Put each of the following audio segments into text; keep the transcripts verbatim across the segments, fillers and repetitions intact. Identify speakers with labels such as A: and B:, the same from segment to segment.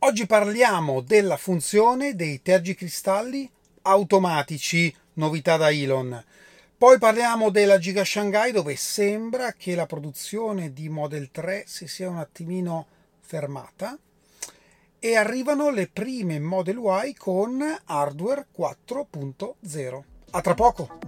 A: Oggi parliamo della funzione dei tergicristalli automatici, novità da Elon. Poi parliamo della Giga Shanghai, dove sembra che la produzione di Model tre si sia un attimino fermata. E arrivano le prime Model Y con hardware quattro punto zero. A tra poco!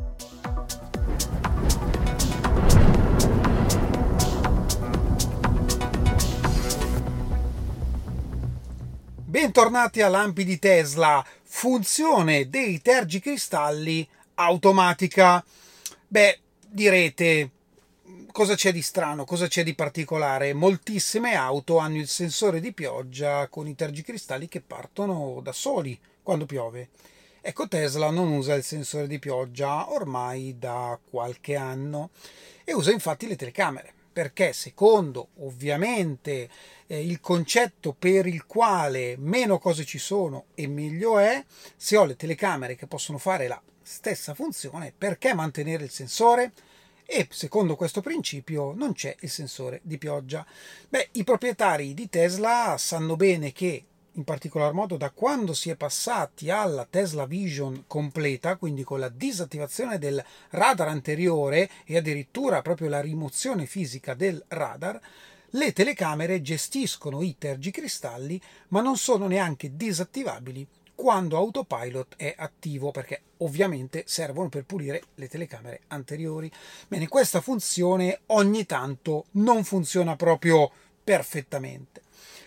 A: Bentornati a Lampi di Tesla, funzione dei tergicristalli automatica. Beh, direte, cosa c'è di strano, cosa c'è di particolare? Moltissime auto hanno il sensore di pioggia con i tergicristalli che partono da soli quando piove. Ecco, Tesla non usa il sensore di pioggia ormai da qualche anno e usa infatti le telecamere, perché secondo ovviamente eh, il concetto per il quale meno cose ci sono e meglio è, se ho le telecamere che possono fare la stessa funzione, perché mantenere il sensore? E secondo questo principio non c'è il sensore di pioggia. Beh, i proprietari di Tesla sanno bene che, in particolar modo da quando si è passati alla Tesla Vision completa, quindi con la disattivazione del radar anteriore e addirittura proprio la rimozione fisica del radar, le telecamere gestiscono i tergicristalli ma non sono neanche disattivabili quando Autopilot è attivo, perché ovviamente servono per pulire le telecamere anteriori. Bene, questa funzione ogni tanto non funziona proprio perfettamente.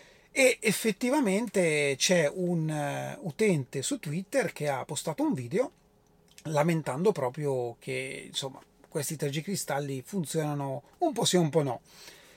A: E effettivamente c'è un uh, utente su Twitter che ha postato un video lamentando proprio che insomma questi tergicristalli funzionano un po' sì un po' no.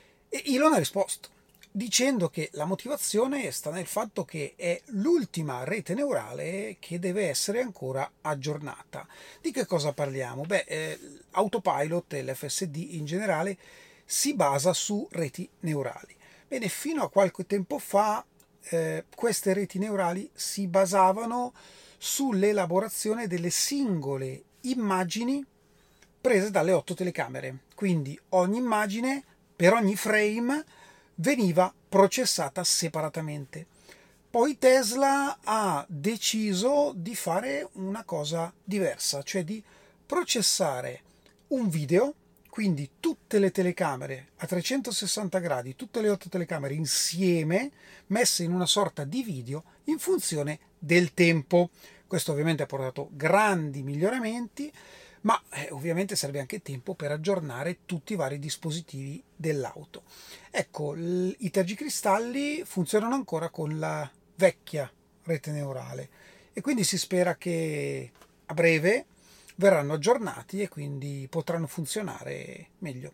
A: E Elon ha risposto dicendo che la motivazione sta nel fatto che è l'ultima rete neurale che deve essere ancora aggiornata. Di che cosa parliamo? Beh, eh, Autopilot e l'F S D in generale si basa su reti neurali. Bene, fino a qualche tempo fa eh, queste reti neurali si basavano sull'elaborazione delle singole immagini prese dalle otto telecamere. Quindi ogni immagine, per ogni frame, veniva processata separatamente. Poi Tesla ha deciso di fare una cosa diversa, cioè di processare un video, quindi tutte le telecamere a trecentosessanta gradi, tutte le otto telecamere insieme, messe in una sorta di video in funzione del tempo. Questo ovviamente ha portato grandi miglioramenti, ma eh, ovviamente serve anche tempo per aggiornare tutti i vari dispositivi dell'auto. Ecco, l- i tergicristalli funzionano ancora con la vecchia rete neurale e quindi si spera che a breve verranno aggiornati e quindi potranno funzionare meglio.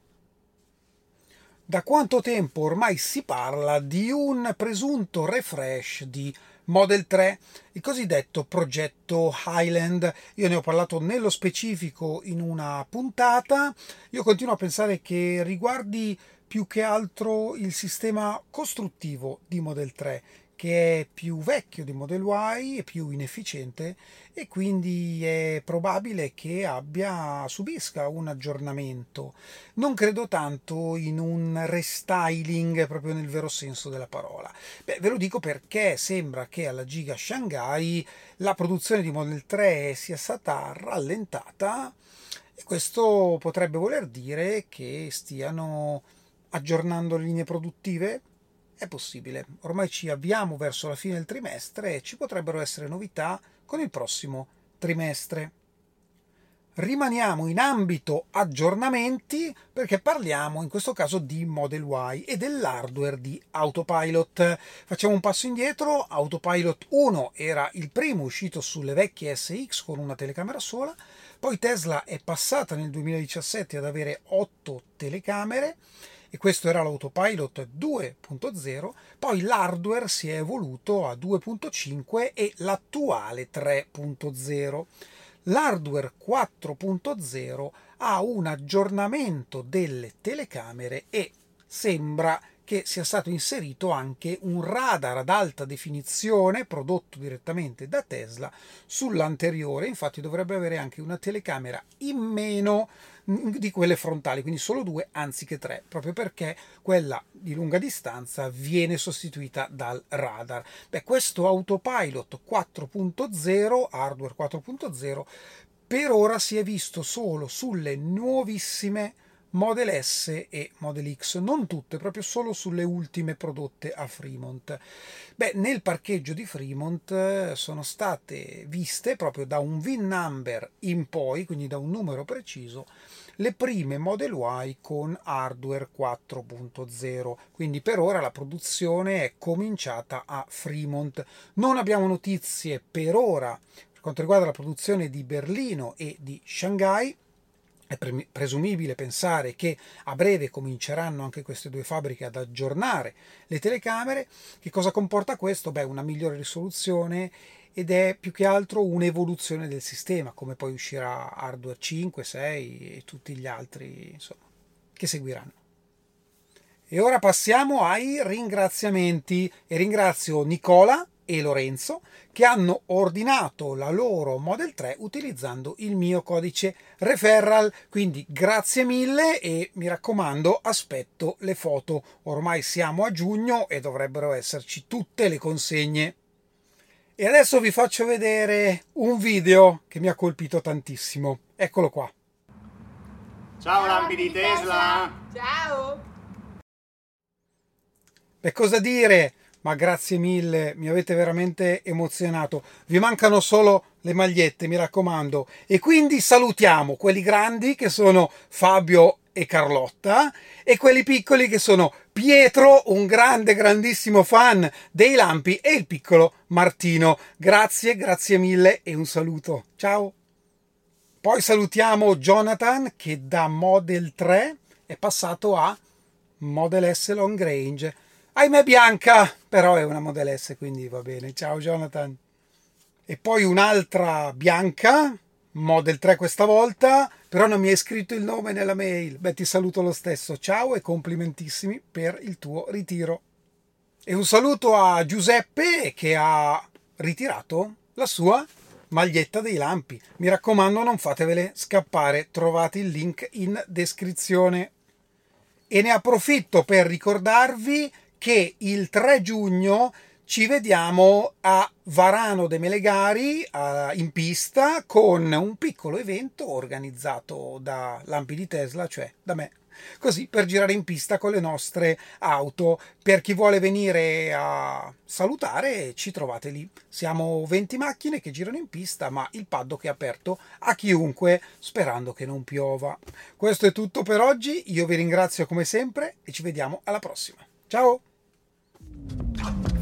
A: Da quanto tempo ormai si parla di un presunto refresh di Model tre, il cosiddetto progetto Highland? Io ne ho parlato nello specifico in una puntata. Io continuo a pensare che riguardi più che altro il sistema costruttivo di Model tre, che è più vecchio di Model Y e più inefficiente, e quindi è probabile che abbia subisca un aggiornamento. Non credo tanto in un restyling proprio nel vero senso della parola. Beh, ve lo dico perché sembra che alla Giga Shanghai la produzione di Model tre sia stata rallentata e questo potrebbe voler dire che stiano aggiornando le linee produttive. È possibile, ormai ci avviamo verso la fine del trimestre e ci potrebbero essere novità con il prossimo trimestre. Rimaniamo in ambito aggiornamenti perché parliamo in questo caso di Model Y e dell'hardware di Autopilot. Facciamo un passo indietro. Autopilot uno era il primo uscito sulle vecchie S X con una telecamera sola, poi Tesla è passata nel duemiladiciassette ad avere otto telecamere e questo era l'Autopilot due punto zero, poi l'hardware si è evoluto a due punto cinque e l'attuale tre punto zero. L'hardware quattro punto zero ha un aggiornamento delle telecamere e sembra che sia stato inserito anche un radar ad alta definizione prodotto direttamente da Tesla sull'anteriore. Infatti dovrebbe avere anche una telecamera in meno di quelle frontali, quindi solo due anziché tre, proprio perché quella di lunga distanza viene sostituita dal radar. Beh, questo autopilot quattro punto zero, hardware quattro punto zero, per ora si è visto solo sulle nuovissime Model S e Model X, non tutte, proprio solo sulle ultime prodotte a Fremont. Beh, nel parcheggio di Fremont sono state viste proprio da un V I N number in poi, quindi da un numero preciso, le prime Model Y con hardware quattro punto zero, quindi per ora la produzione è cominciata a Fremont. Non abbiamo notizie per ora per quanto riguarda la produzione di Berlino e di Shanghai. È presumibile pensare che a breve cominceranno anche queste due fabbriche ad aggiornare le telecamere. Che cosa comporta questo? Beh, una migliore risoluzione ed è più che altro un'evoluzione del sistema, come poi uscirà hardware cinque, sei e tutti gli altri, insomma, che seguiranno. E ora passiamo ai ringraziamenti e ringrazio Nicola e Lorenzo che hanno ordinato la loro Model tre utilizzando il mio codice referral, quindi grazie mille e mi raccomando aspetto le foto, ormai siamo a giugno e dovrebbero esserci tutte le consegne. E adesso vi faccio vedere un video che mi ha colpito tantissimo, eccolo qua.
B: Ciao lampi di Tesla!
C: Ciao!
A: Beh, cosa dire? Ma grazie mille, mi avete veramente emozionato. Vi mancano solo le magliette, mi raccomando. E quindi salutiamo quelli grandi che sono Fabio e Carlotta e quelli piccoli che sono Pietro, un grande, grandissimo fan dei lampi, e il piccolo Martino. Grazie, grazie mille e un saluto. Ciao! Poi salutiamo Jonathan che da Model tre è passato a Model S Long Range. Ahimè bianca, però è una Model S, quindi va bene. Ciao Jonathan. E poi un'altra bianca, Model tre questa volta, però non mi hai scritto il nome nella mail. Beh, ti saluto lo stesso. Ciao e complimentissimi per il tuo ritiro. E un saluto a Giuseppe che ha ritirato la sua maglietta dei lampi. Mi raccomando, non fatevele scappare. Trovate il link in descrizione. E ne approfitto per ricordarvi che il tre giugno ci vediamo a Varano de Melegari in pista con un piccolo evento organizzato da Lampi di Tesla, cioè da me, così per girare in pista con le nostre auto. Per chi vuole venire a salutare ci trovate lì. Siamo venti macchine che girano in pista, ma il paddock è aperto a chiunque, sperando che non piova. Questo è tutto per oggi, io vi ringrazio come sempre e ci vediamo alla prossima. Ciao!